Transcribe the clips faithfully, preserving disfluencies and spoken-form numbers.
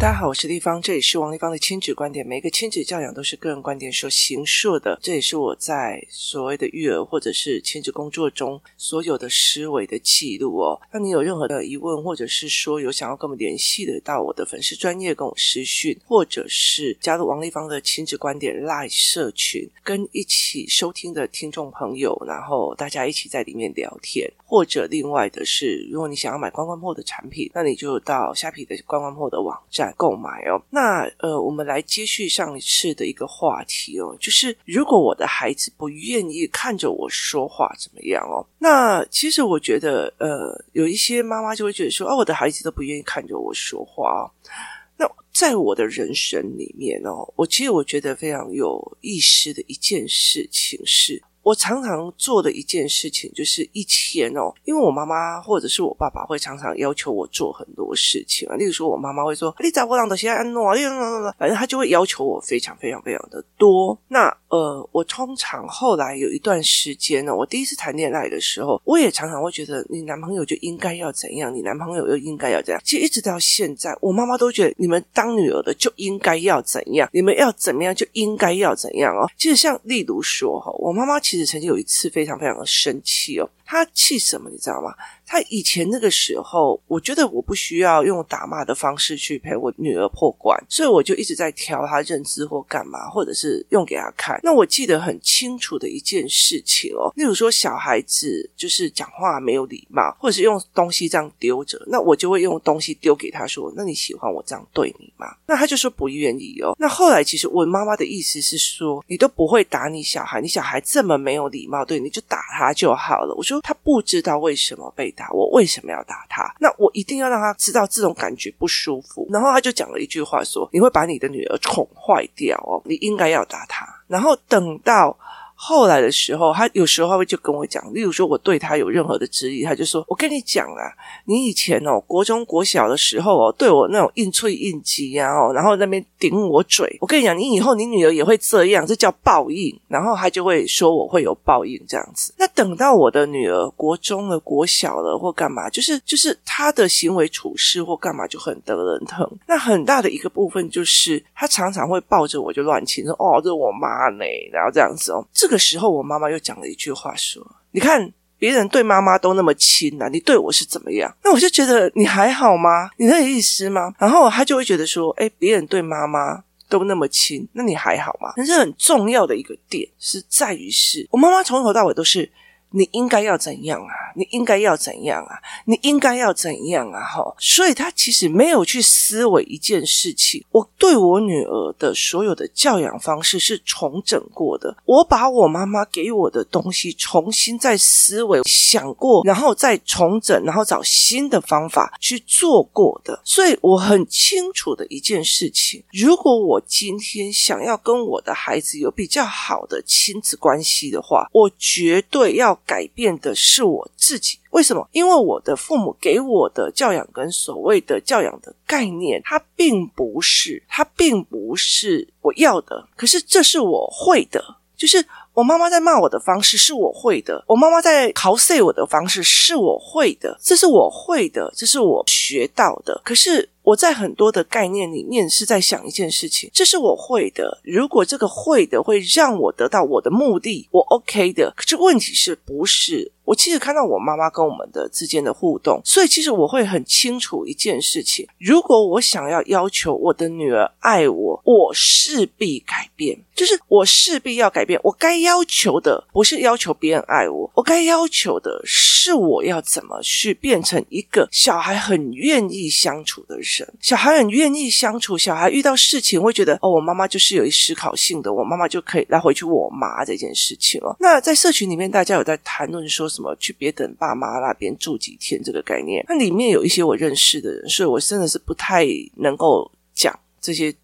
大家好，我是立方，这里是王立方的亲子观点。每一个亲子教养都是个人观点所形塑的，这也是我在所谓的育儿或者是亲子工作中所有的思维的记录哦。那你有任何的疑问，或者是说有想要跟我们联系的，到我的粉丝专页跟我私讯，或者是加入王立方的亲子观点 LINE 社群，跟一起收听的听众朋友，然后大家一起在里面聊天。或者另外的是，如果你想要买观光铺的产品，那你就到虾皮的观光铺的网站购买哦。那呃，我们来接续上一次的一个话题哦，就是如果我的孩子不愿意看着我说话怎么样哦？那其实我觉得呃，有一些妈妈就会觉得说，哦，我的孩子都不愿意看着我说话哦。那在我的人生里面哦，我其实我觉得非常有意思的一件事情是，我常常做的一件事情就是以前哦，因为我妈妈或者是我爸爸会常常要求我做很多事情啊，例如说我妈妈会说你找我让的现在安诺啊，反正她就会要求我非常非常非常的多。那呃，我通常后来有一段时间呢，我第一次谈恋爱的时候，我也常常会觉得你男朋友就应该要怎样，你男朋友又应该要怎样。其实一直到现在，我妈妈都觉得你们当女儿的就应该要怎样，你们要怎么样就应该要怎样哦。其实像例如说哈，我妈妈其实曾经有一次非常非常的生气哦，她气什么你知道吗？她以前那个时候，我觉得我不需要用打骂的方式去陪我女儿破关，所以我就一直在挑她认知或干嘛，或者是用给她看。那我记得很清楚的一件事情哦，例如说小孩子就是讲话没有礼貌，或者是用东西这样丢着，那我就会用东西丢给他说，那你喜欢我这样对你吗？那他就说不愿意哦。那后来其实我妈妈的意思是说，你都不会打你小孩，你小孩这么没有礼貌，对，你就打他就好了。我说他不知道为什么被打，我为什么要打他？那我一定要让他知道这种感觉不舒服。然后他就讲了一句话说，你会把你的女儿宠坏掉哦，你应该要打他。然后等到后来的时候，他有时候他会就跟我讲，例如说我对他有任何的质疑，他就说，我跟你讲啊，你以前哦国中国小的时候哦对我那种硬脆硬挤啊哦，然后那边顶我嘴，我跟你讲，你以后你女儿也会这样，这叫报应。然后他就会说我会有报应这样子。那等到我的女儿国中了国小了或干嘛，就是就是她的行为处事或干嘛就很得人疼。那很大的一个部分就是她常常会抱着我就乱亲，说哦这是我妈呢，然后这样子哦。这个时候我妈妈又讲了一句话说，你看别人对妈妈都那么亲啊，你对我是怎么样？那我就觉得你还好吗？你那个意思吗？然后他就会觉得说，诶，别人对妈妈都那么亲，那你还好吗？但是很重要的一个点是在于是我妈妈从头到尾都是你应该要怎样啊，你应该要怎样啊，你应该要怎样啊齁。所以他其实没有去思维一件事情，我对我女儿的所有的教养方式是重整过的，我把我妈妈给我的东西重新再思维想过，然后再重整，然后找新的方法去做过的。所以我很清楚的一件事情，如果我今天想要跟我的孩子有比较好的亲子关系的话，我绝对要改变的是我自己。为什么？因为我的父母给我的教养跟所谓的教养的概念，它并不是它并不是我要的，可是这是我会的。就是我妈妈在骂我的方式是我会的，我妈妈在嘲笑我的方式是我会的，这是我会的，这是我学到的。可是我在很多的概念里面是在想一件事情，这是我会的，如果这个会的会让我得到我的目的，我 OK 的。可是问题是不是我其实看到我妈妈跟我们的之间的互动，所以其实我会很清楚一件事情，如果我想要要求我的女儿爱我，我势必改变，就是我势必要改变。我该要求的不是要求别人爱我，我该要求的是我要怎么去变成一个小孩很愿意相处的人。小孩很愿意相处，小孩遇到事情会觉得哦，我妈妈就是有一思考性的，我妈妈就可以来回去我妈这件事情哦。那在社群里面大家有在谈论说什么去别等爸妈那边住几天这个概念，那里面有一些我认识的人，所以我真的是不太能够讲这些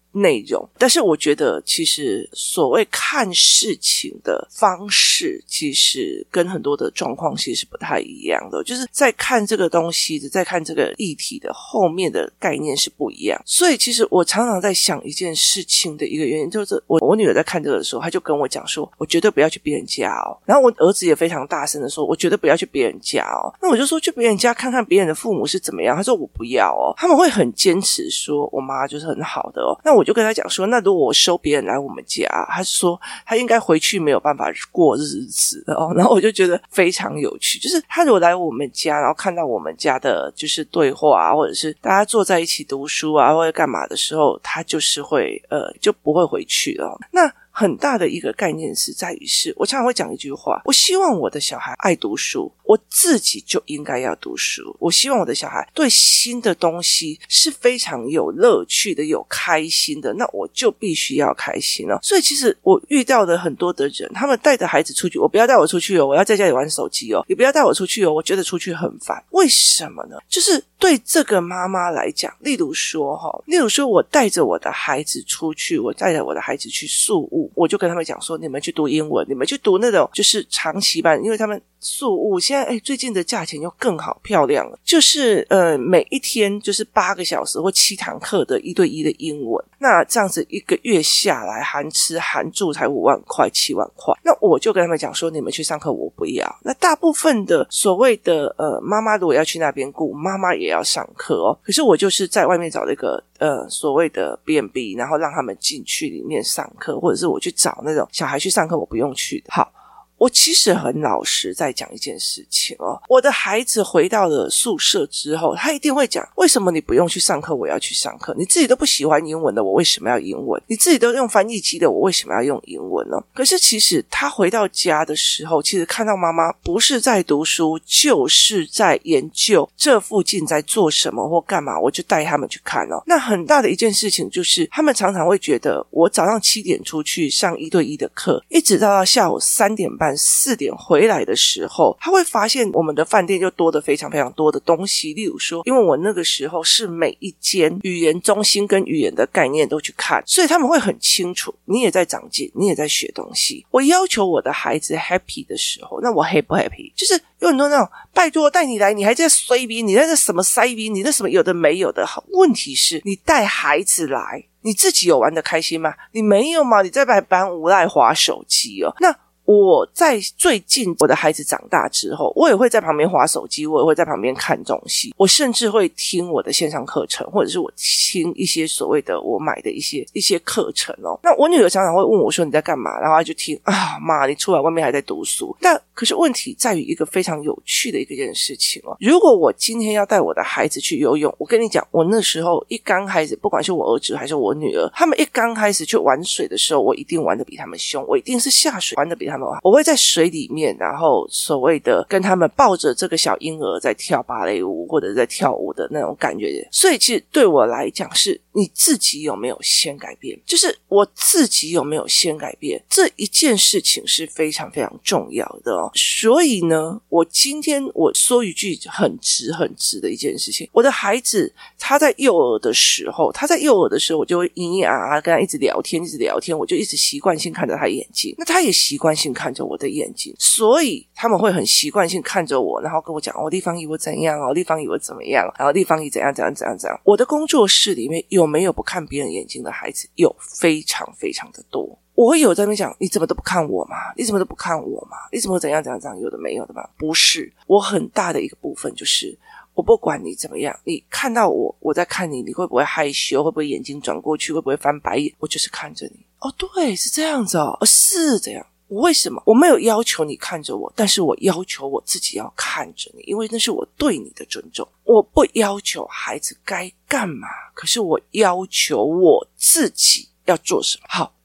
内容。但是我觉得其实所谓看事情的方式其实跟很多的状况其实是不太一样的，就是在看这个东西的，在看这个议题的后面的概念是不一样。所以其实我常常在想一件事情的一个原因，就是我我女儿在看这个的时候，她就跟我讲说我绝对不要去别人家哦，然后我儿子也非常大声的说我绝对不要去别人家哦。那我就说去别人家看看别人的父母是怎么样，他说我不要哦，他们会很坚持说我妈就是很好的哦。那我就跟他讲说，那如果我收别人来我们家，他说他应该回去没有办法过日子哦。然后我就觉得非常有趣，就是他如果来我们家，然后看到我们家的就是对话啊，或者是大家坐在一起读书啊或者干嘛的时候，他就是会呃就不会回去了。那很大的一个概念是在于是我常常会讲一句话，我希望我的小孩爱读书，我自己就应该要读书。我希望我的小孩对新的东西是非常有乐趣的，有开心的，那我就必须要开心哦。所以其实我遇到的很多的人，他们带着孩子出去，我不要带我出去哦，我要在家里玩手机哦，你不要带我出去哦，我觉得出去很烦。为什么呢？就是对这个妈妈来讲，例如说齁，例如说我带着我的孩子出去，我带着我的孩子去宿务，我就跟他们讲说，你们去读英文，你们去读那种就是长期班，因为他们宿务现在哎最近的价钱又更好漂亮了，就是呃每一天就是八个小时或七堂课的一对一的英文，那这样子一个月下来含吃含住才五万块七万块。那我就跟他们讲说，你们去上课我不要。那大部分的所谓的呃妈妈如果要去那边顾，妈妈也要上课哦，可是我就是在外面找了一个呃所谓的 B and B， 然后让他们进去里面上课，或者是我去找那种小孩去上课我不用去的。好，我其实很老实在讲一件事情哦，我的孩子回到了宿舍之后，他一定会讲，为什么你不用去上课我要去上课？你自己都不喜欢英文的，我为什么要英文？你自己都用翻译机的，我为什么要用英文呢？可是其实他回到家的时候，其实看到妈妈不是在读书，就是在研究这附近在做什么或干嘛，我就带他们去看哦。那很大的一件事情就是他们常常会觉得我早上七点出去上一对一的课，一直到下午三点半四点回来的时候，他会发现我们的饭店就多的非常非常多的东西。例如说，因为我那个时候是每一间语言中心跟语言的概念都去看，所以他们会很清楚，你也在长进，你也在学东西。我要求我的孩子 happy 的时候，那我 happy 不 happy？ 就是有很多那种拜托带你来，你还在衰逼，你在这什么塞逼，你那什么有的没有的。好，问题是你带孩子来，你自己有玩得开心吗？你没有吗？你在白班无赖滑手机哦。那我在最近我的孩子长大之后，我也会在旁边滑手机，我也会在旁边看东西，我甚至会听我的线上课程，或者是我听一些所谓的我买的一些一些课程哦。那我女儿常常会问我说你在干嘛，然后她就听啊妈，你出来外面还在读书。但可是问题在于一个非常有趣的一个件事情哦。如果我今天要带我的孩子去游泳，我跟你讲，我那时候一刚开始，不管是我儿子还是我女儿，他们一刚开始去玩水的时候，我一定玩得比他们凶，我一定是下水玩得比他们我会在水里面，然后所谓的跟他们抱着这个小婴儿在跳芭蕾舞或者在跳舞的那种感觉。所以其实对我来讲，是你自己有没有先改变，就是我自己有没有先改变，这一件事情是非常非常重要的哦。所以呢，我今天我说一句很直很直的一件事情，我的孩子他在幼儿的时候，他在幼儿的时候，我就会咿咿啊啊跟他一直聊天一直聊天，我就一直习惯性看着他眼睛，那他也习惯性看着我的眼睛，所以他们会很习惯性看着我，然后跟我讲哦，立方姨我怎样哦，立方姨我怎么样，然后立方姨怎样怎样怎样怎样。我的工作室里面有没有不看别人眼睛的孩子？有，非常非常的多。我会有在那边讲，你怎么都不看我嘛？你怎么都不看我嘛？你怎么怎样怎样怎样？有的没有的吧？不是，我很大的一个部分就是我不管你怎么样，你看到我我在看你，你会不会害羞？会不会眼睛转过去？会不会翻白眼？我就是看着你。哦，对，是这样子哦，哦是这样。我为什么？我没有要求你看着我，但是我要求我自己要看着你，因为那是我对你的尊重。我不要求孩子该干嘛，可是我要求我自己要做什么。好，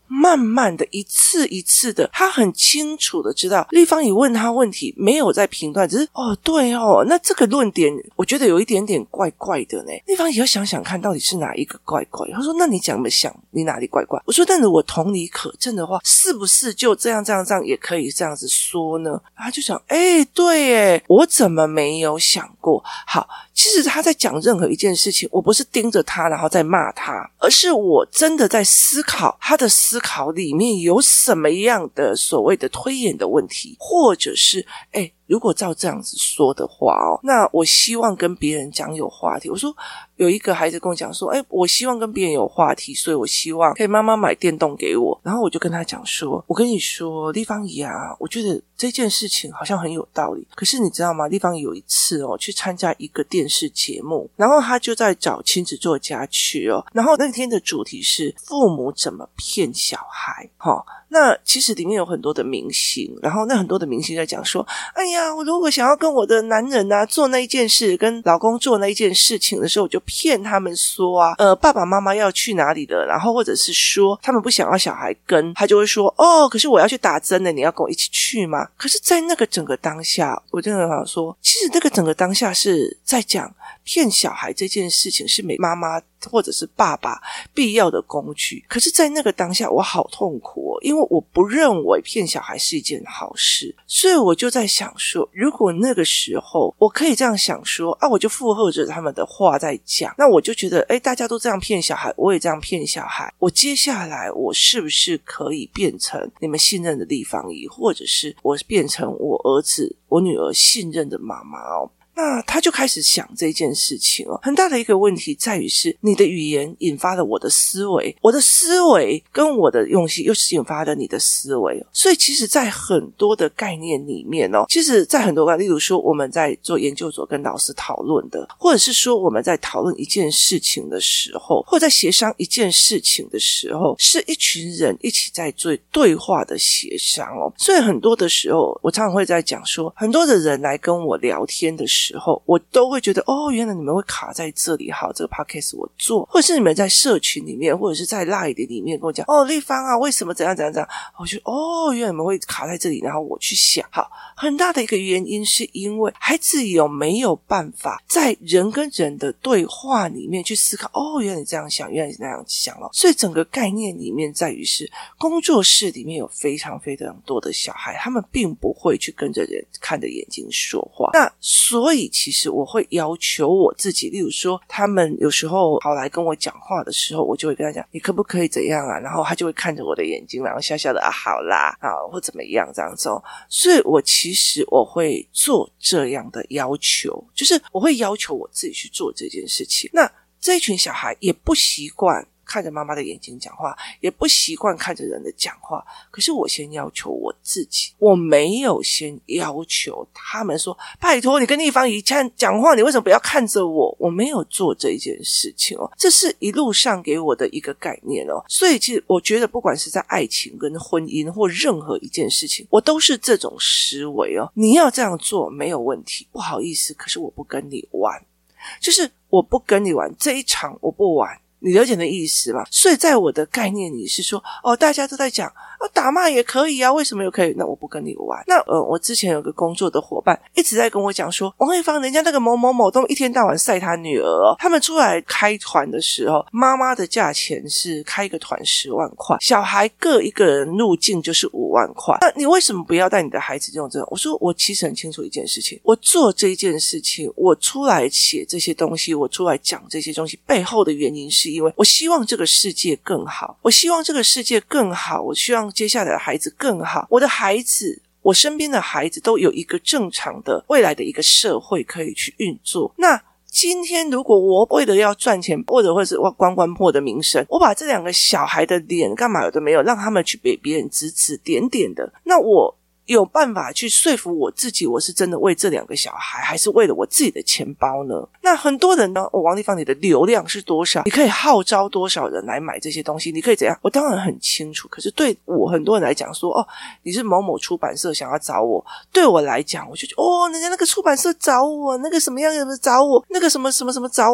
慢慢的一次一次的，他很清楚的知道立方体问他问题没有在评断，只是哦对哦，那这个论点我觉得有一点点怪怪的呢，立方体要想想看到底是哪一个怪怪。他说那你讲没想你哪里怪怪？我说但是我同理可证的话，是不是就这样这样这样也可以这样子说呢？他就想诶对耶，我怎么没有想过。好，其实他在讲任何一件事情，我不是盯着他然后再骂他，而是我真的在思考他的思考里面有什么样的所谓的推演的问题，或者是诶如果照这样子说的话哦，那我希望跟别人讲有话题。我说有一个孩子跟我讲说，诶我希望跟别人有话题，所以我希望可以妈妈买电动给我。然后我就跟他讲说，我跟你说立方姨啊，我觉得这件事情好像很有道理，可是你知道吗？立方姨有一次哦去参加一个电视节目，然后他就在找亲子作家去哦，然后那天的主题是父母怎么骗小孩齁、哦那其实里面有很多的明星，然后那很多的明星在讲说，哎呀我如果想要跟我的男人啊做那一件事，跟老公做那一件事情的时候，我就骗他们说啊呃爸爸妈妈要去哪里了，然后或者是说他们不想要小孩跟，他就会说哦可是我要去打针了，你要跟我一起去吗？可是在那个整个当下，我真的想说其实那个整个当下是在讲骗小孩这件事情是每妈妈或者是爸爸必要的工具，可是在那个当下我好痛苦哦，因为我不认为骗小孩是一件好事，所以我就在想说，如果那个时候我可以这样想说啊，我就附和着他们的话在讲，那我就觉得诶大家都这样骗小孩，我也这样骗小孩，我接下来我是不是可以变成你们信任的立方姨，或者是我变成我儿子我女儿信任的妈妈哦。那他就开始想这件事情哦，很大的一个问题在于是你的语言引发了我的思维，我的思维跟我的用心又是引发了你的思维哦。所以其实在很多的概念里面哦，其实在很多个例如说我们在做研究所跟老师讨论的，或者是说我们在讨论一件事情的时候，或者在协商一件事情的时候，是一群人一起在做对话的协商哦。所以很多的时候我常常会在讲说，很多的人来跟我聊天的时候时候我都会觉得哦原来你们会卡在这里，好这个 podcast 我做，或者是你们在社群里面或者是在 LINE 的里面跟我讲哦立方啊为什么怎样怎样怎样，我觉得哦原来你们会卡在这里，然后我去想，好很大的一个原因是因为孩子有没有办法在人跟人的对话里面去思考，哦原来你这样想，原来你那样想哦。所以整个概念里面在于是工作室里面有非常非常多的小孩，他们并不会去跟着人看着眼睛说话，那所以其实我会要求我自己，例如说他们有时候跑来跟我讲话的时候，我就会跟他讲你可不可以怎样啊，然后他就会看着我的眼睛，然后笑笑的啊好啦啊或怎么样这样子哦。所以我其实我会做这样的要求，就是我会要求我自己去做这件事情。那这一群小孩也不习惯看着妈妈的眼睛讲话，也不习惯看着人的讲话，可是我先要求我自己，我没有先要求他们说拜托你跟立方姨讲话你为什么不要看着我，我没有做这一件事情哦，这是一路上给我的一个概念哦。所以其实我觉得不管是在爱情跟婚姻或任何一件事情，我都是这种思维哦，你要这样做没有问题，不好意思可是我不跟你玩，就是我不跟你玩这一场我不玩，你了解的意思吗？所以在我的概念里是说哦，大家都在讲哦，打骂也可以啊，为什么又可以？那我不跟你玩。那呃，我之前有个工作的伙伴一直在跟我讲说，王慧芳人家那个某某某都一天到晚晒他女儿哦，他们出来开团的时候，妈妈的价钱是开一个团十万块，小孩各一个人入境就是五万块，那你为什么不要带你的孩子用这种？我说我其实很清楚一件事情，我做这一件事情，我出来写这些东西，我出来讲这些东西背后的原因是因为我希望这个世界更好，我希望这个世界更好，我希望接下来的孩子更好，我的孩子我身边的孩子都有一个正常的未来的一个社会可以去运作。那今天如果我为了要赚钱，或者或者是关关破的名声，我把这两个小孩的脸干嘛有的没有让他们去被别人指指点点的，那我有办法去说服我自己我是真的为这两个小孩，还是为了我自己的钱包呢？那很多人呢、哦、王立芳你的流量是多少，你可以号召多少人来买这些东西，你可以怎样，我当然很清楚，可是对我很多人来讲说哦，你是某某出版社想要找我，对我来讲我就觉得哦，人家那个出版社找我，那个什么样的找我，那个什么什么什么找我，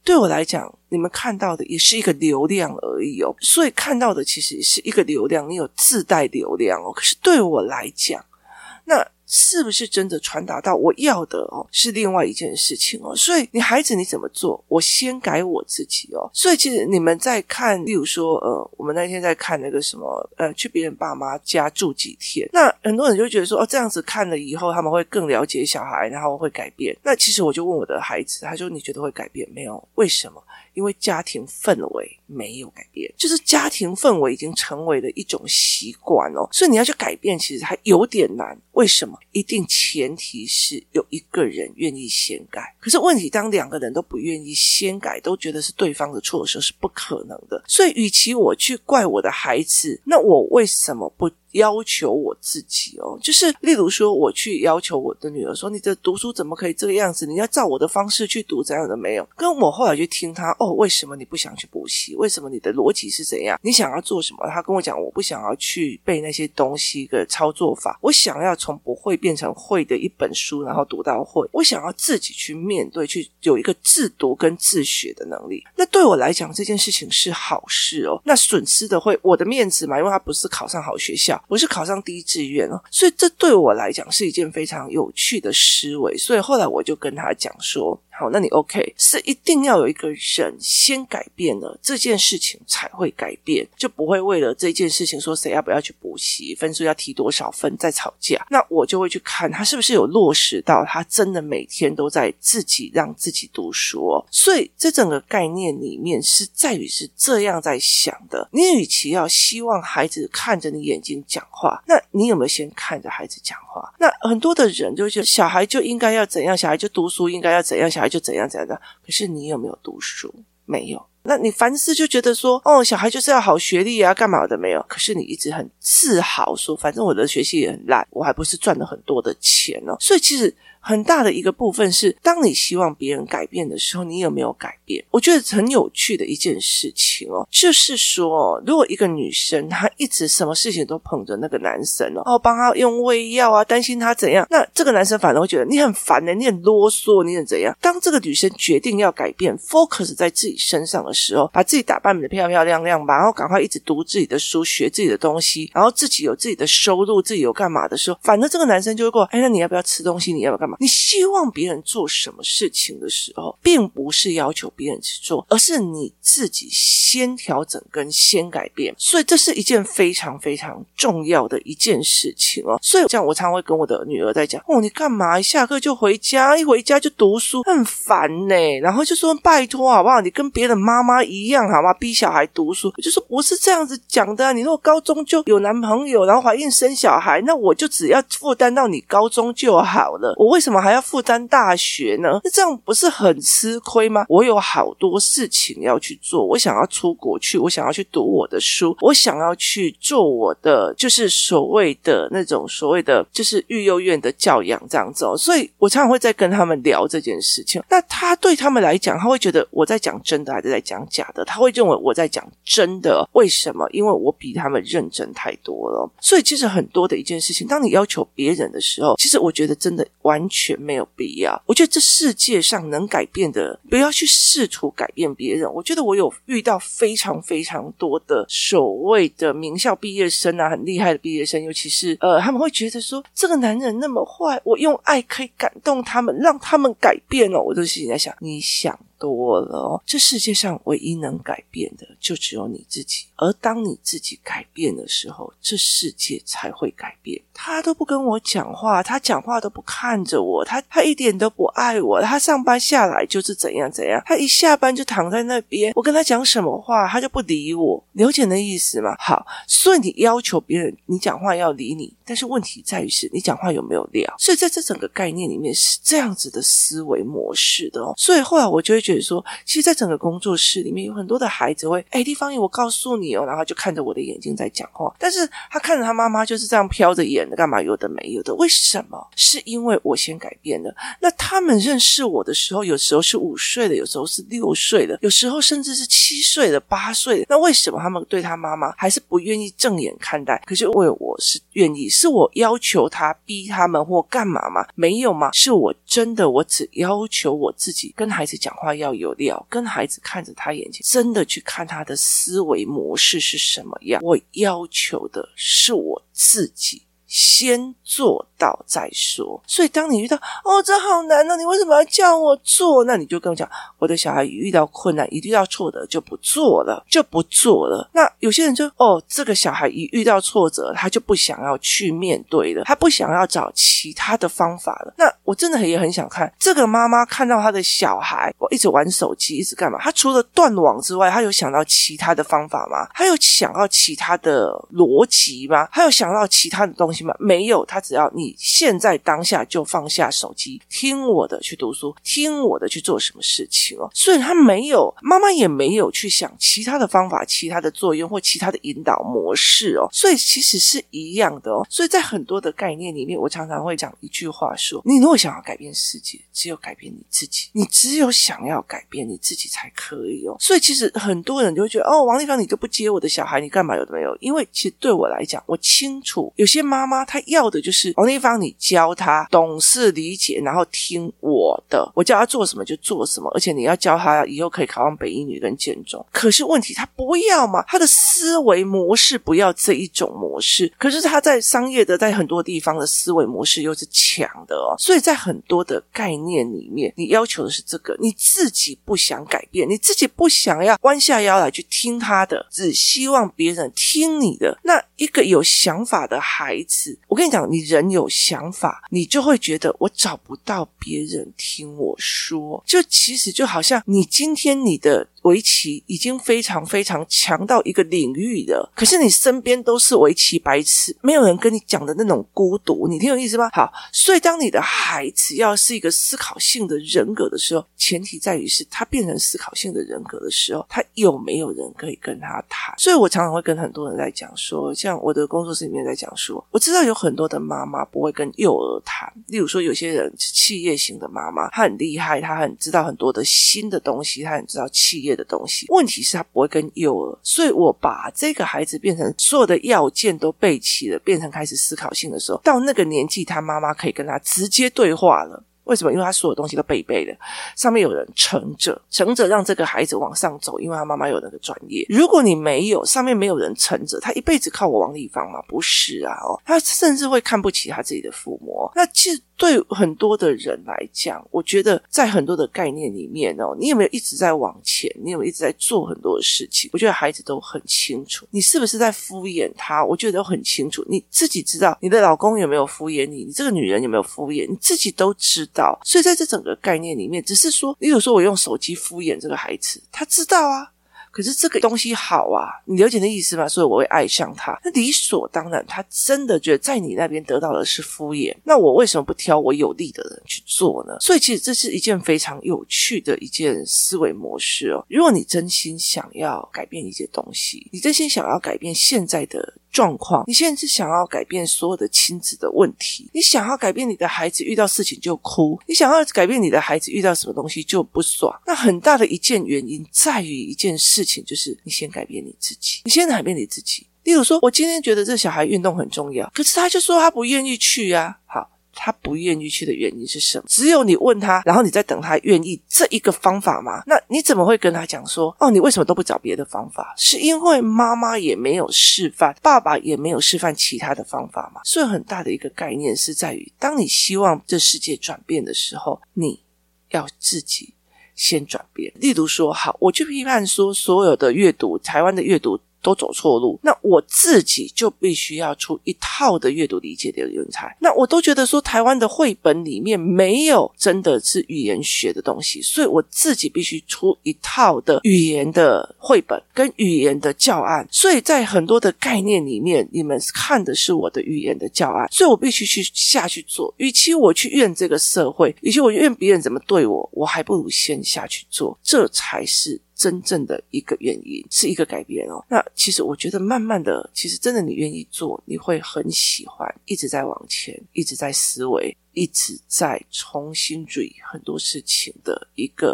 对我来讲，你们看到的也是一个流量而已哦，所以看到的其实是一个流量，你有自带流量哦。可是对我来讲，那是不是真的传达到我要的哦，是另外一件事情哦。所以你孩子你怎么做，我先改我自己哦。所以其实你们在看，例如说呃，我们那天在看那个什么呃，去别人爸妈家住几天，那很多人就觉得说哦，这样子看了以后他们会更了解小孩，然后会改变。那其实我就问我的孩子，他说你觉得会改变没有？为什么？因为家庭氛围没有改变，就是家庭氛围已经成为了一种习惯哦，所以你要去改变其实还有点难。为什么？一定前提是有一个人愿意先改。可是问题当两个人都不愿意先改，都觉得是对方的错的时候，是不可能的。所以与其我去怪我的孩子，那我为什么不要求我自己哦？就是例如说我去要求我的女儿说，你的读书怎么可以这个样子，你要照我的方式去读，怎样的没有。跟我后来去听他哦，为什么你不想去补习，为什么你的逻辑是怎样，你想要做什么。他跟我讲，我不想要去背那些东西的操作法，我想要从不会变成会的一本书，然后读到会，我想要自己去面对，去有一个自读跟自学的能力。那对我来讲这件事情是好事哦，那损失的会我的面子嘛，因为他不是考上好学校，我是考上第一志愿哦，所以这对我来讲是一件非常有趣的思维。所以后来我就跟他讲说，好，那你 OK 是一定要有一个人先改变了这件事情才会改变，就不会为了这件事情说谁要不要去补习，分数要提多少分再吵架。那我就会去看他是不是有落实到他真的每天都在自己让自己读书哦。所以这整个概念里面是在于是这样在想的，你与其要希望孩子看着你眼睛讲话，那你有没有先看着孩子讲话？那很多的人就觉得小孩就应该要怎样，小孩就读书应该要怎样，小孩就怎样怎样的。可是你有没有读书？没有。那你凡事就觉得说哦，小孩就是要好学历啊干嘛的没有。可是你一直很自豪说反正我的学习也很烂，我还不是赚了很多的钱哦。所以其实很大的一个部分是当你希望别人改变的时候，你有没有改变。我觉得很有趣的一件事情哦，就是说如果一个女生她一直什么事情都捧着那个男生哦，帮他用胃药啊，担心他怎样，那这个男生反而会觉得你很烦欸，你很啰嗦，你很怎样。当这个女生决定要改变 focus 在自己身上的时候，把自己打扮得漂漂亮亮吧，然后赶快一直读自己的书，学自己的东西，然后自己有自己的收入，自己有干嘛的时候，反正这个男生就会过哎，那你要不要吃东西，你要不要干嘛。你希望别人做什么事情的时候，并不是要求别人去做，而是你自己先调整跟先改变。所以这是一件非常非常重要的一件事情哦。所以这样我常常会跟我的女儿在讲哦，你干嘛一下课就回家，一回家就读书，很烦欸。然后就说拜托好不好，你跟别的妈妈一样好吗，逼小孩读书。我就说不是这样子讲的啊，你如果高中就有男朋友，然后怀孕生小孩，那我就只要负担到你高中就好了，我为什么还要负担大学呢？那这样不是很吃亏吗？我有好多事情要去做，我想要出国去，我想要去读我的书，我想要去做我的就是所谓的那种所谓的就是育幼院的教养这样子哦。所以我常常会在跟他们聊这件事情，那他对他们来讲，他会觉得我在讲真的还是在讲假的，他会认为我在讲真的。为什么？因为我比他们认真太多了。所以其实很多的一件事情，当你要求别人的时候，其实我觉得真的完全没有必要。我觉得这世界上能改变的，不要去试图改变别人。我觉得我有遇到非常非常多的所谓的名校毕业生啊，很厉害的毕业生，尤其是呃，他们会觉得说这个男人那么坏，我用爱可以感动他们，让他们改变哦。我就心里在想，你想多了哦，这世界上唯一能改变的就只有你自己，而当你自己改变的时候，这世界才会改变。他都不跟我讲话，他讲话都不看着我，他他一点都不爱我，他上班下来就是怎样怎样，他一下班就躺在那边，我跟他讲什么话他就不理我，了解那意思吗？好，所以你要求别人你讲话要理你，但是问题在于是你讲话有没有料。所以在这整个概念里面是这样子的思维模式的哦。所以后来我就会觉得说，其实在整个工作室里面有很多的孩子会诶，地方我告诉你哦，然后就看着我的眼睛在讲话，但是他看着他妈妈就是这样飘着眼的干嘛，有的没有的。为什么？是因为我先改变了。那他们认识我的时候，有时候是五岁的，有时候是六岁的，有时候甚至是七岁的八岁的。那为什么他们对他妈妈还是不愿意正眼看待？可是为我是愿意，是我要求他逼他们或干嘛吗？没有吗？是我真的我只要求我自己跟孩子讲话话要有料，跟孩子看着他眼前，真的去看他的思维模式是什么样。我要求的是我自己先做到再说。所以当你遇到哦这好难哦，你为什么要叫我做，那你就跟我讲，我的小孩一遇到困难一遇到挫折就不做了就不做了。那有些人就哦这个小孩一遇到挫折他就不想要去面对了，他不想要找其他的方法了。那我真的也很想看这个妈妈看到她的小孩我一直玩手机一直干嘛，她除了断网之外，她有想到其他的方法吗？她有想到其他的逻辑吗？她有想到其他的东西吗？没有，她只要你现在当下就放下手机，听我的去读书，听我的去做什么事情哦。所以她没有，妈妈也没有去想其他的方法其他的作用或其他的引导模式哦。所以其实是一样的哦。所以在很多的概念里面，我常常会讲一句话说，你如果想要改变世界，只有改变你自己，你只有想要改变你自己才可以哦。所以其实很多人就会觉得哦，王丽芳你就不接我的小孩，你干嘛有的没有？因为其实对我来讲，我清楚有些妈妈她要的就是王丽芳你教她懂事理解，然后听我的，我叫她做什么就做什么，而且你要教她以后可以考上北一女跟建中。可是问题她不要嘛，她的思维模式不要这一种模式，可是她在商业的在很多地方的思维模式又是强的哦。所以在很多的概念里面，你要求的是这个，你自己不想改变，你自己不想要弯下腰来去听他的，只希望别人听你的。那一个有想法的孩子，我跟你讲，你人有想法，你就会觉得我找不到别人听我说。就其实就好像你今天你的围棋已经非常非常强到一个领域了，可是你身边都是围棋白痴，没有人跟你讲的那种孤独，你听有意思吗？好，所以当你的孩子要是一个思考性的人格的时候，前提在于是他变成思考性的人格的时候，他有没有人可以跟他谈。所以我常常会跟很多人在讲说，像我的工作室里面在讲说，我知道有很多的妈妈不会跟幼儿谈，例如说有些人企业型的妈妈，她很厉害，她很知道很多的新的东西，她很知道企业的东西，问题是她不会跟幼儿。所以我把这个孩子变成所有的要件都备齐了，变成开始思考性的时候，到那个年纪他妈妈可以跟他直接对话了。为什么？因为他所有东西都备备了，上面有人撑着撑着让这个孩子往上走，因为他妈妈有那个专业。如果你没有，上面没有人撑着，他一辈子靠我王丽芳吗？不是啊哦，他甚至会看不起他自己的父母。那其实对很多的人来讲，我觉得在很多的概念里面哦，你有没有一直在往前，你有没有一直在做很多的事情，我觉得孩子都很清楚。你是不是在敷衍他，我觉得都很清楚。你自己知道你的老公有没有敷衍你，你这个女人有没有敷衍你，自己都知道。所以在这整个概念里面，只是说例如说我用手机敷衍这个孩子，他知道啊，可是这个东西好啊，你了解的意思吗？所以我会爱上他，那理所当然他真的觉得在你那边得到的是敷衍，那我为什么不挑我有利的人去做呢？所以其实这是一件非常有趣的一件思维模式哦。如果你真心想要改变一些东西，你真心想要改变现在的状况，你现在是想要改变所有的亲子的问题，你想要改变你的孩子遇到事情就哭，你想要改变你的孩子遇到什么东西就不爽，那很大的一件原因在于一件事情，就是你先改变你自己，你先改变你自己。例如说我今天觉得这小孩运动很重要，可是他就说他不愿意去啊。好，他不愿意去的原因是什么？只有你问他，然后你再等他愿意这一个方法吗？那你怎么会跟他讲说哦，你为什么都不找别的方法？是因为妈妈也没有示范，爸爸也没有示范其他的方法吗？所以很大的一个概念是在于，当你希望这世界转变的时候，你要自己先转变。例如说，好，我去批判说所有的阅读，台湾的阅读都走错路，那我自己就必须要出一套的阅读理解的人才。那我都觉得说台湾的绘本里面没有真的是语言学的东西，所以我自己必须出一套的语言的绘本跟语言的教案。所以在很多的概念里面，你们看的是我的语言的教案，所以我必须去下去做。与其我去怨这个社会，与其我怨别人怎么对我，我还不如先下去做，这才是真正的一个原因，是一个改变哦。那其实我觉得慢慢的，其实真的你愿意做，你会很喜欢，一直在往前，一直在思维，一直在重新注意很多事情的一个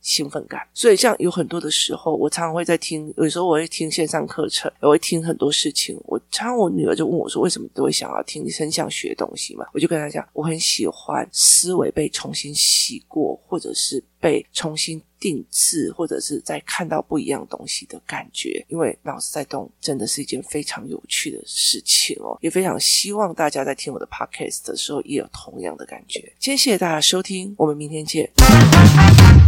兴奋感。所以像有很多的时候，我常常会在听，有时候我会听线上课程，我会听很多事情。我常常我女儿就问我说，为什么都会想要听很想学东西嘛？我就跟她讲，我很喜欢思维被重新洗过，或者是被重新定制，或者是在看到不一样东西的感觉。因为脑子在动真的是一件非常有趣的事情哦，也非常希望大家在听我的 podcast 的时候也有同样的感觉。今天谢谢大家收听，我们明天见。